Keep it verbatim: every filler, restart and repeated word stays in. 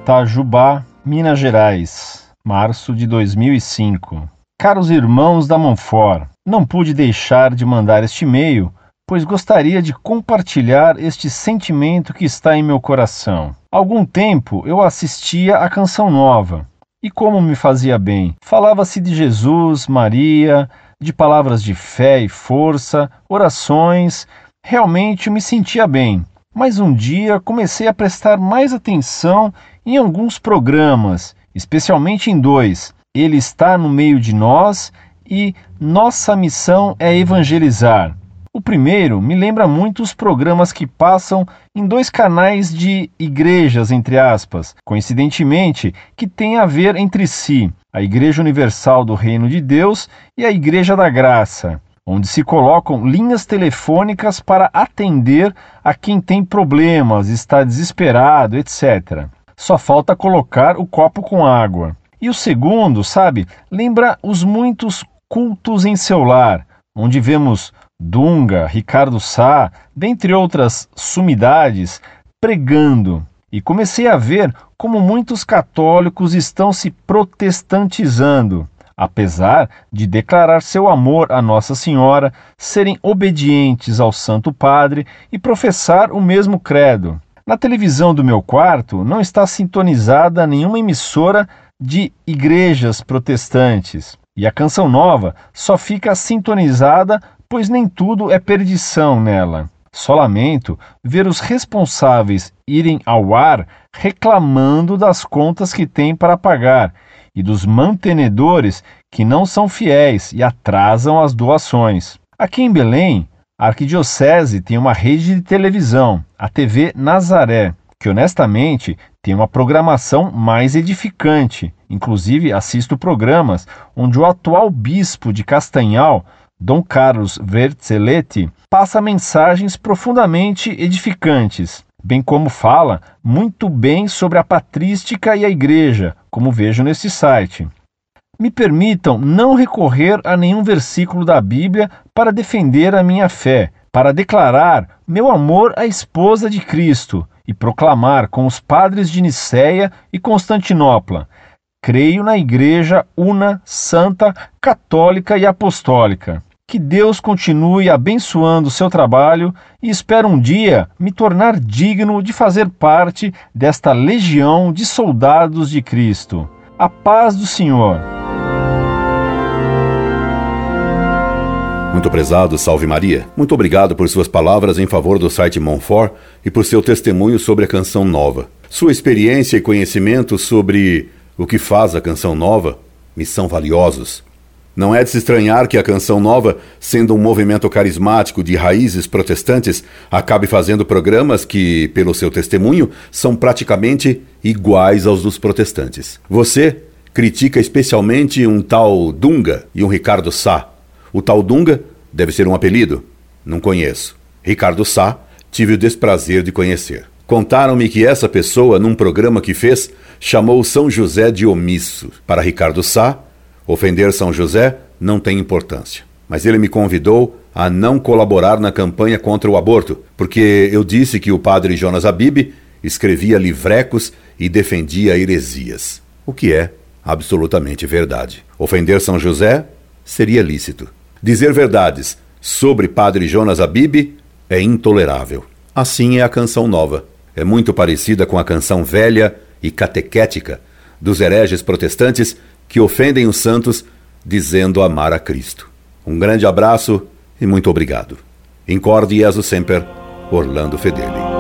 Itajubá, Minas Gerais, março de dois mil e cinco. Caros irmãos da Monfort, não pude deixar de mandar este e-mail, pois gostaria de compartilhar este sentimento que está em meu coração. Há algum tempo eu assistia à Canção Nova, e como me fazia bem. Falava-se de Jesus, Maria, de palavras de fé e força, orações. Realmente me sentia bem. Mas um dia comecei a prestar mais atenção em alguns programas, especialmente em dois. Ele está no meio de nós e nossa missão é evangelizar. O primeiro me lembra muito os programas que passam em dois canais de igrejas, entre aspas, coincidentemente, que têm a ver entre si, a Igreja Universal do Reino de Deus e a Igreja da Graça, onde se colocam linhas telefônicas para atender a quem tem problemas, está desesperado, etcétera. Só falta colocar o copo com água. E o segundo, sabe, lembra os muitos cultos em seu lar, onde vemos Dunga, Ricardo Sá, dentre outras sumidades, pregando. E comecei a ver como muitos católicos estão se protestantizando, apesar de declarar seu amor a Nossa Senhora, serem obedientes ao Santo Padre e professar o mesmo credo. Na televisão do meu quarto não está sintonizada nenhuma emissora de igrejas protestantes, e a Canção Nova só fica sintonizada pois nem tudo é perdição nela. Só lamento ver os responsáveis irem ao ar reclamando das contas que têm para pagar e dos mantenedores que não são fiéis e atrasam as doações. Aqui em Belém, a Arquidiocese tem uma rede de televisão, a T V Nazaré, que honestamente tem uma programação mais edificante. Inclusive assisto programas onde o atual bispo de Castanhal, Dom Carlos Verzelletti, passa mensagens profundamente edificantes, bem como fala muito bem sobre a patrística e a igreja, como vejo nesse site. Me permitam não recorrer a nenhum versículo da Bíblia para defender a minha fé, para declarar meu amor à esposa de Cristo e proclamar com os padres de Nicéia e Constantinopla: creio na Igreja una, santa, católica e apostólica. Que Deus continue abençoando o seu trabalho e espero um dia me tornar digno de fazer parte desta legião de soldados de Cristo. A paz do Senhor. Muito prezado, salve Maria. Muito obrigado por suas palavras em favor do site Monfort e por seu testemunho sobre a Canção Nova. Sua experiência e conhecimento sobre o que faz a Canção Nova me são valiosos. Não é de se estranhar que a Canção Nova, sendo um movimento carismático de raízes protestantes, acabe fazendo programas que, pelo seu testemunho, são praticamente iguais aos dos protestantes. Você critica especialmente um tal Dunga e um Ricardo Sá. O tal Dunga deve ser um apelido. Não conheço. Ricardo Sá, tive o desprazer de conhecer. Contaram-me que essa pessoa, num programa que fez, chamou São José de omisso. Para Ricardo Sá, ofender São José não tem importância. Mas ele me convidou a não colaborar na campanha contra o aborto, porque eu disse que o padre Jonas Abib escrevia livrecos e defendia heresias. O que é absolutamente verdade. Ofender São José seria lícito. Dizer verdades sobre padre Jonas Abib é intolerável. Assim é a Canção Nova. É muito parecida com a canção velha e catequética dos hereges protestantes que ofendem os santos dizendo amar a Cristo. Um grande abraço e muito obrigado. Incorde Jesus Semper, Orlando Fedeli.